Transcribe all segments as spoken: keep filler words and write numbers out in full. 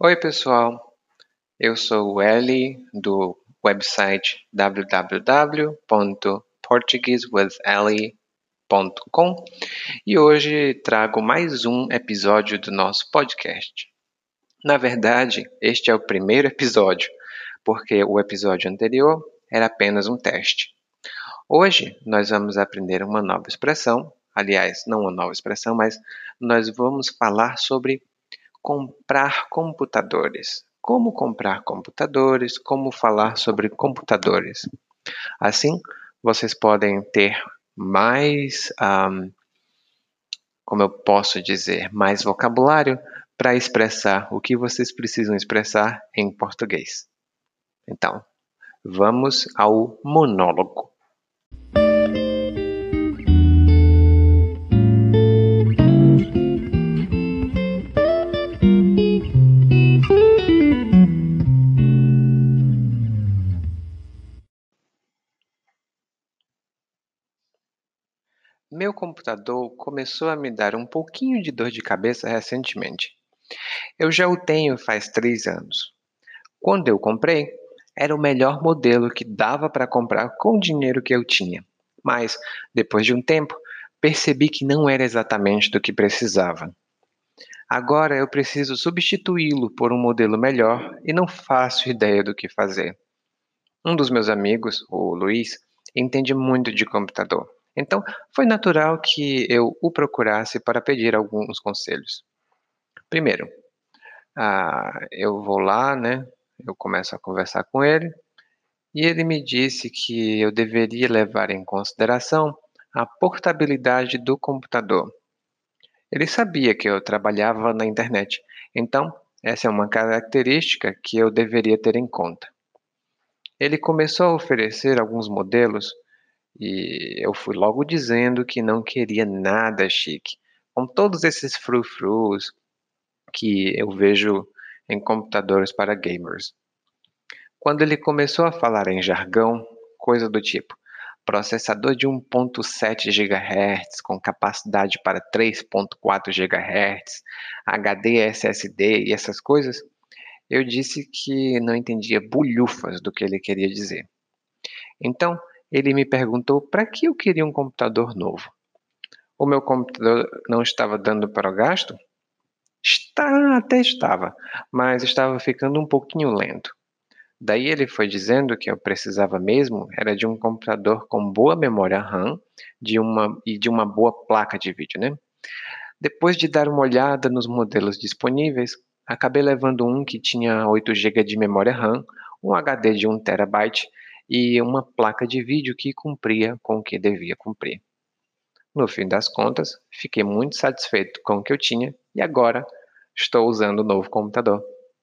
Oi, pessoal. Eu sou o Eli do website w w w ponto portuguese with eli ponto com e hoje trago mais um episódio do nosso podcast. Na verdade, este é o primeiro episódio, porque o episódio anterior era apenas um teste. Hoje nós vamos aprender uma nova expressão, aliás, não uma nova expressão, mas nós vamos falar sobre comprar computadores. Como comprar computadores, como falar sobre computadores. Assim, vocês podem ter mais, um, como eu posso dizer, mais vocabulário para expressar o que vocês precisam expressar em português. Então, vamos ao monólogo. Meu computador começou a me dar um pouquinho de dor de cabeça recentemente. Eu já o tenho faz três anos. Quando eu comprei, era o melhor modelo que dava para comprar com o dinheiro que eu tinha. Mas, depois de um tempo, percebi que não era exatamente do que precisava. Agora eu preciso substituí-lo por um modelo melhor e não faço ideia do que fazer. Um dos meus amigos, o Luiz, entende muito de computador. Então, foi natural que eu o procurasse para pedir alguns conselhos. Primeiro, ah, eu vou lá, né? Eu começo a conversar com ele e ele me disse que eu deveria levar em consideração a portabilidade do computador. Ele sabia que eu trabalhava na internet, então essa é uma característica que eu deveria ter em conta. Ele começou a oferecer alguns modelos e eu fui logo dizendo que não queria nada chique, com todos esses frufrus que eu vejo em computadores para gamers. Quando ele começou a falar em jargão, coisa do tipo processador de um ponto sete gigahertz com capacidade para três ponto quatro gigahertz, H D S S D e essas coisas, eu disse que não entendia bulhufas do que ele queria dizer. Então, ele me perguntou para que eu queria um computador novo. O meu computador não estava dando para o gasto? Está, até estava, mas estava ficando um pouquinho lento. Daí ele foi dizendo que eu precisava mesmo era de um computador com boa memória RAM de uma, e de uma boa placa de vídeo, né? Depois de dar uma olhada nos modelos disponíveis, acabei levando um que tinha oito gigas de memória RAM, um H D de um terabyte e uma placa de vídeo que cumpria com o que devia cumprir. No fim das contas, fiquei muito satisfeito com o que eu tinha e agora estou usando o novo computador.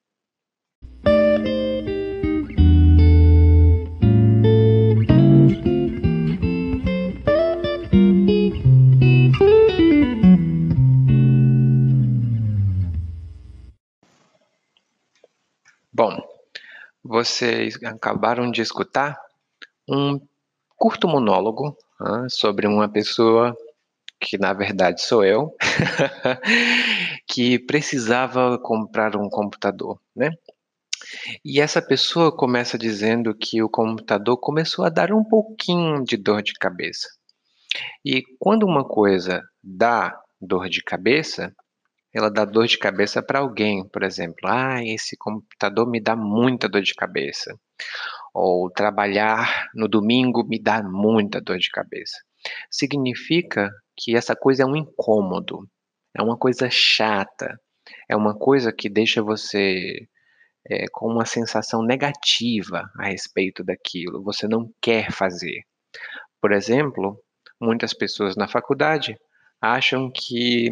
Bom, vocês acabaram de escutar um curto monólogo ah, sobre uma pessoa que na verdade sou eu, que precisava comprar um computador, né? E essa pessoa começa dizendo que o computador começou a dar um pouquinho de dor de cabeça. E quando uma coisa dá dor de cabeça, ela dá dor de cabeça para alguém, por exemplo, ah, esse computador me dá muita dor de cabeça. Ou trabalhar no domingo me dá muita dor de cabeça. Significa que essa coisa é um incômodo, é uma coisa chata, é uma coisa que deixa você é, com uma sensação negativa a respeito daquilo, você não quer fazer. Por exemplo, muitas pessoas na faculdade acham que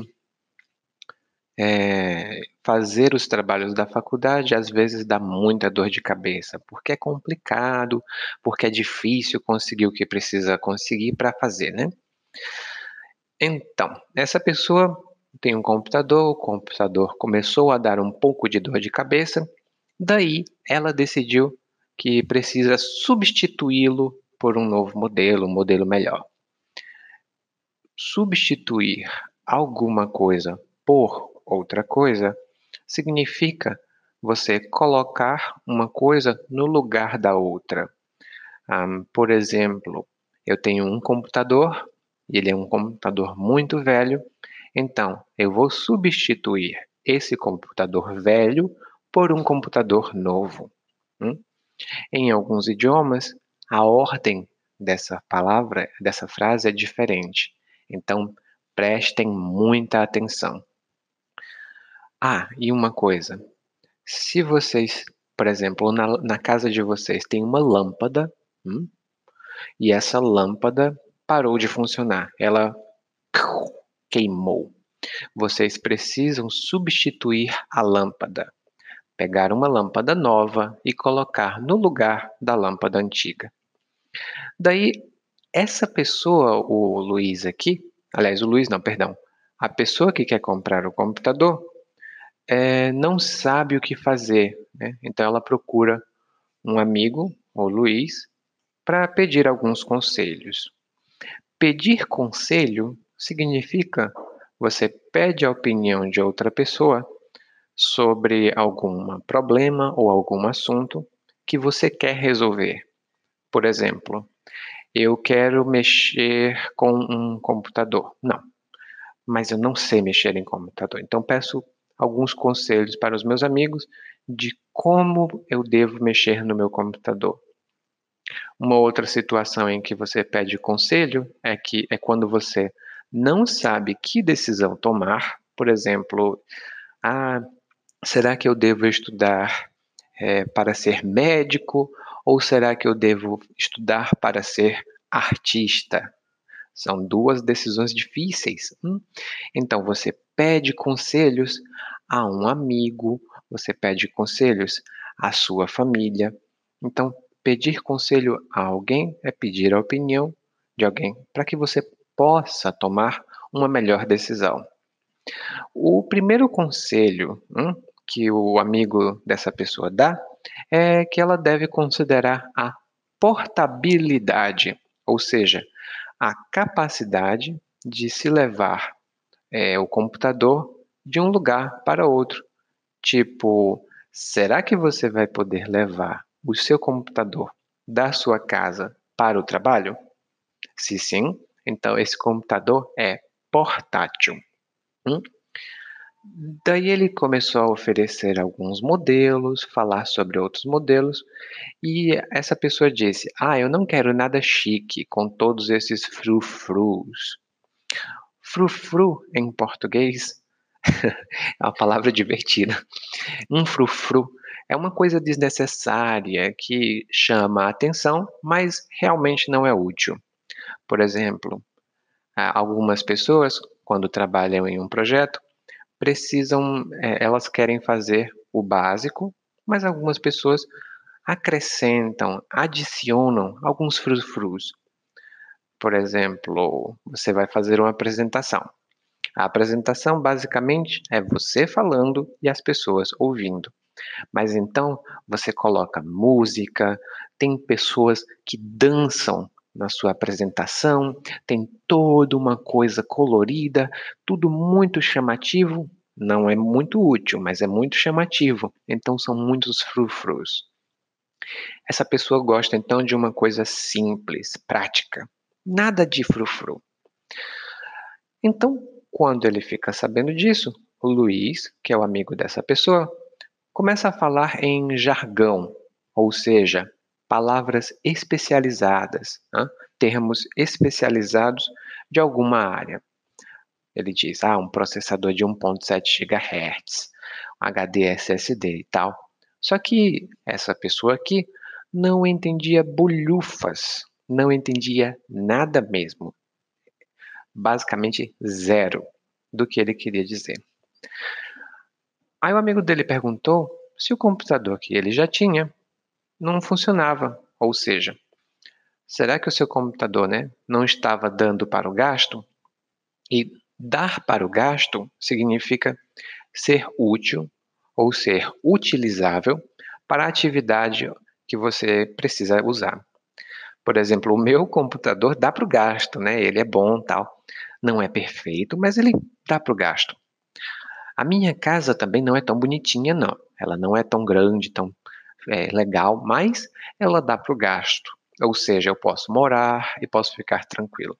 é, fazer os trabalhos da faculdade às vezes dá muita dor de cabeça, porque é complicado, porque é difícil conseguir o que precisa conseguir para fazer, né? Então, essa pessoa tem um computador, o computador começou a dar um pouco de dor de cabeça, daí ela decidiu que precisa substituí-lo por um novo modelo, um modelo melhor. Substituir alguma coisa por outra coisa significa você colocar uma coisa no lugar da outra. Ah, por exemplo, eu tenho um computador, e ele é um computador muito velho, então eu vou substituir esse computador velho por um computador novo. hum? Em alguns idiomas, a ordem dessa palavra, dessa frase é diferente. Então, prestem muita atenção. Ah, e uma coisa, se vocês, por exemplo, na, na casa de vocês tem uma lâmpada, hum, e essa lâmpada parou de funcionar, ela queimou. Vocês precisam substituir a lâmpada, pegar uma lâmpada nova e colocar no lugar da lâmpada antiga. Daí, essa pessoa, o Luiz aqui, aliás, o Luiz não, perdão, a pessoa que quer comprar o computador, eh, não sabe o que fazer, né? Então ela procura um amigo, o Luiz, para pedir alguns conselhos. Pedir conselho significa você pede a opinião de outra pessoa sobre algum problema ou algum assunto que você quer resolver. Por exemplo, eu quero mexer com um computador. Não, mas eu não sei mexer em computador. Então peço alguns conselhos para os meus amigos de como eu devo mexer no meu computador. Uma outra situação em que você pede conselho é que é quando você não sabe que decisão tomar. Por exemplo, ah, será que eu devo estudar eh, para ser médico ou será que eu devo estudar para ser artista? São duas decisões difíceis. hum? Então você pede conselhos a um amigo, você pede conselhos à sua família. Então, pedir conselho a alguém é pedir a opinião de alguém para que você possa tomar uma melhor decisão. O primeiro conselho, hum, que o amigo dessa pessoa dá é que ela deve considerar a portabilidade, ou seja, a capacidade de se levar é, o computador de um lugar para outro. Tipo, será que você vai poder levar o seu computador da sua casa para o trabalho? Se sim, então esse computador é portátil. hum? Daí ele começou a oferecer alguns modelos, falar sobre outros modelos, e essa pessoa disse: Ah, eu não quero nada chique com todos esses frufrus. Frufru em português é uma palavra divertida. Um frufru é uma coisa desnecessária que chama a atenção, mas realmente não é útil. Por exemplo, a- algumas pessoas, quando trabalham em um projeto, precisam, eh, elas querem fazer o básico, mas algumas pessoas acrescentam, adicionam alguns frufrus. Por exemplo, você vai fazer uma apresentação. A apresentação basicamente é você falando e as pessoas ouvindo. Mas então você coloca música, tem pessoas que dançam na sua apresentação, tem toda uma coisa colorida, tudo muito chamativo. Não é muito útil, mas é muito chamativo. Então são muitos frufrus. Essa pessoa gosta então de uma coisa simples, prática. Nada de frufru. Então, quando ele fica sabendo disso, o Luiz, que é o amigo dessa pessoa, começa a falar em jargão, ou seja, palavras especializadas, hã? Termos especializados de alguma área. Ele diz, ah, um processador de um ponto sete gigahertz, um H D S S D e tal. Só que essa pessoa aqui não entendia bolhufas, não entendia nada mesmo, basicamente zero do que ele queria dizer. Aí o amigo dele perguntou se o computador que ele já tinha não funcionava, ou seja, será que o seu computador, né, não estava dando para o gasto? E dar para o gasto significa ser útil ou ser utilizável para a atividade que você precisa usar. Por exemplo, o meu computador dá para o gasto, né? Ele é bom, tal. Não é perfeito, mas ele dá para o gasto. A minha casa também não é tão bonitinha, não. Ela não é tão grande, tão é, legal, mas ela dá para o gasto. Ou seja, eu posso morar e posso ficar tranquilo.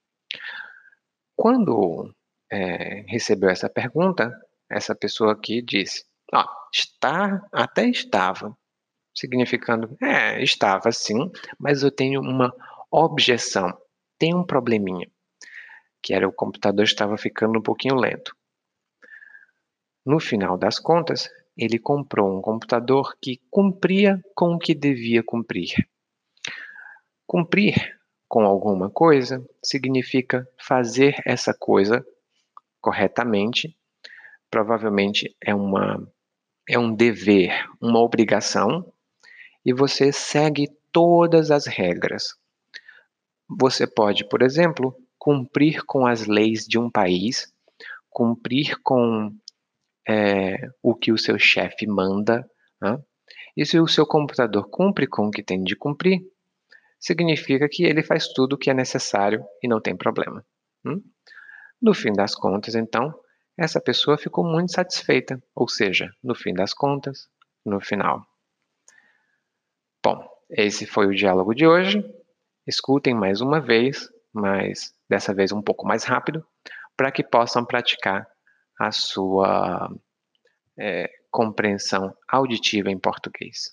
Quando é, recebeu essa pergunta, essa pessoa aqui disse: ó, está, até estava, significando, é, estava sim, mas eu tenho uma objeção, tem um probleminha, que era o computador estava ficando um pouquinho lento. No final das contas, ele comprou um computador que cumpria com o que devia cumprir. Cumprir com alguma coisa significa fazer essa coisa corretamente. Provavelmente é uma é um dever, uma obrigação, e você segue todas as regras. Você pode, por exemplo, cumprir com as leis de um país, cumprir com é, o que o seu chefe manda, né? E se o seu computador cumpre com o que tem de cumprir, significa que ele faz tudo o que é necessário e não tem problema. Hum? No fim das contas, então, essa pessoa ficou muito satisfeita, ou seja, no fim das contas, no final. Bom, esse foi o diálogo de hoje. Escutem mais uma vez, mas dessa vez um pouco mais rápido, para que possam praticar a sua é, compreensão auditiva em português.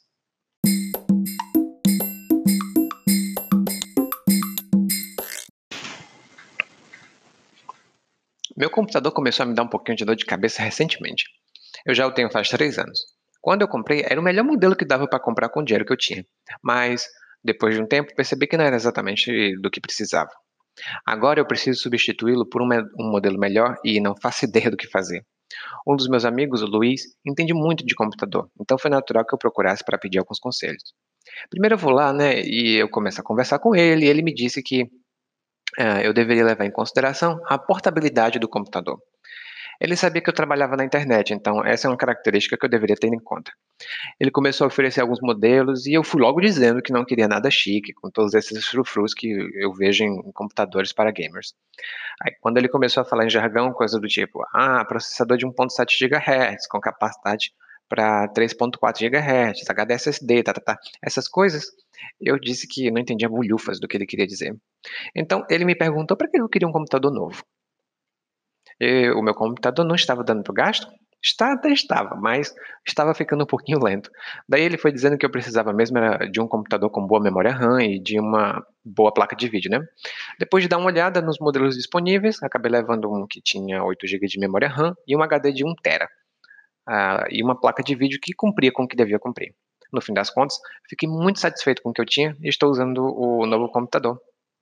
Meu computador começou a me dar um pouquinho de dor de cabeça recentemente. Eu já o tenho faz três anos. Quando eu comprei, era o melhor modelo que dava para comprar com o dinheiro que eu tinha. Mas, depois de um tempo, percebi que não era exatamente do que precisava. Agora eu preciso substituí-lo por um, um modelo melhor e não faço ideia do que fazer. Um dos meus amigos, o Luiz, entende muito de computador, então foi natural que eu procurasse para pedir alguns conselhos. Primeiro eu vou lá, né, e eu começo a conversar com ele, e ele me disse que uh, eu deveria levar em consideração a portabilidade do computador. Ele sabia que eu trabalhava na internet, então essa é uma característica que eu deveria ter em conta. Ele começou a oferecer alguns modelos e eu fui logo dizendo que não queria nada chique, com todos esses frufrus que eu vejo em computadores para gamers. Aí, quando ele começou a falar em jargão, coisa do tipo, ah, processador de um ponto sete gigahertz, com capacidade para três ponto quatro gigahertz, H D S S D, tá, tá, tá, essas coisas, eu disse que não entendia bulhufas do que ele queria dizer. Então, ele me perguntou para que eu queria um computador novo. E o meu computador não estava dando para o gasto? Está, até estava, mas estava ficando um pouquinho lento. Daí ele foi dizendo que eu precisava mesmo era de um computador com boa memória RAM e de uma boa placa de vídeo, né? Depois de dar uma olhada nos modelos disponíveis, acabei levando um que tinha oito gigas de memória RAM e um H D de um tera. Ah, e uma placa de vídeo que cumpria com o que devia cumprir. No fim das contas, fiquei muito satisfeito com o que eu tinha e estou usando o novo computador.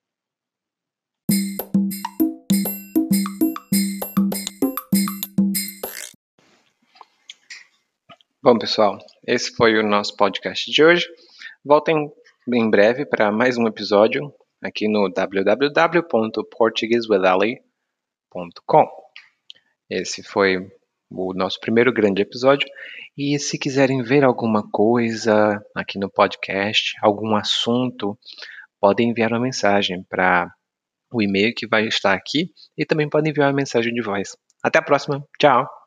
Bom, pessoal, esse foi o nosso podcast de hoje. Voltem em breve para mais um episódio aqui no w w w ponto portuguese with ali ponto com. Esse foi o nosso primeiro grande episódio. E se quiserem ver alguma coisa aqui no podcast, algum assunto, podem enviar uma mensagem para o e-mail que vai estar aqui e também podem enviar uma mensagem de voz. Até a próxima. Tchau!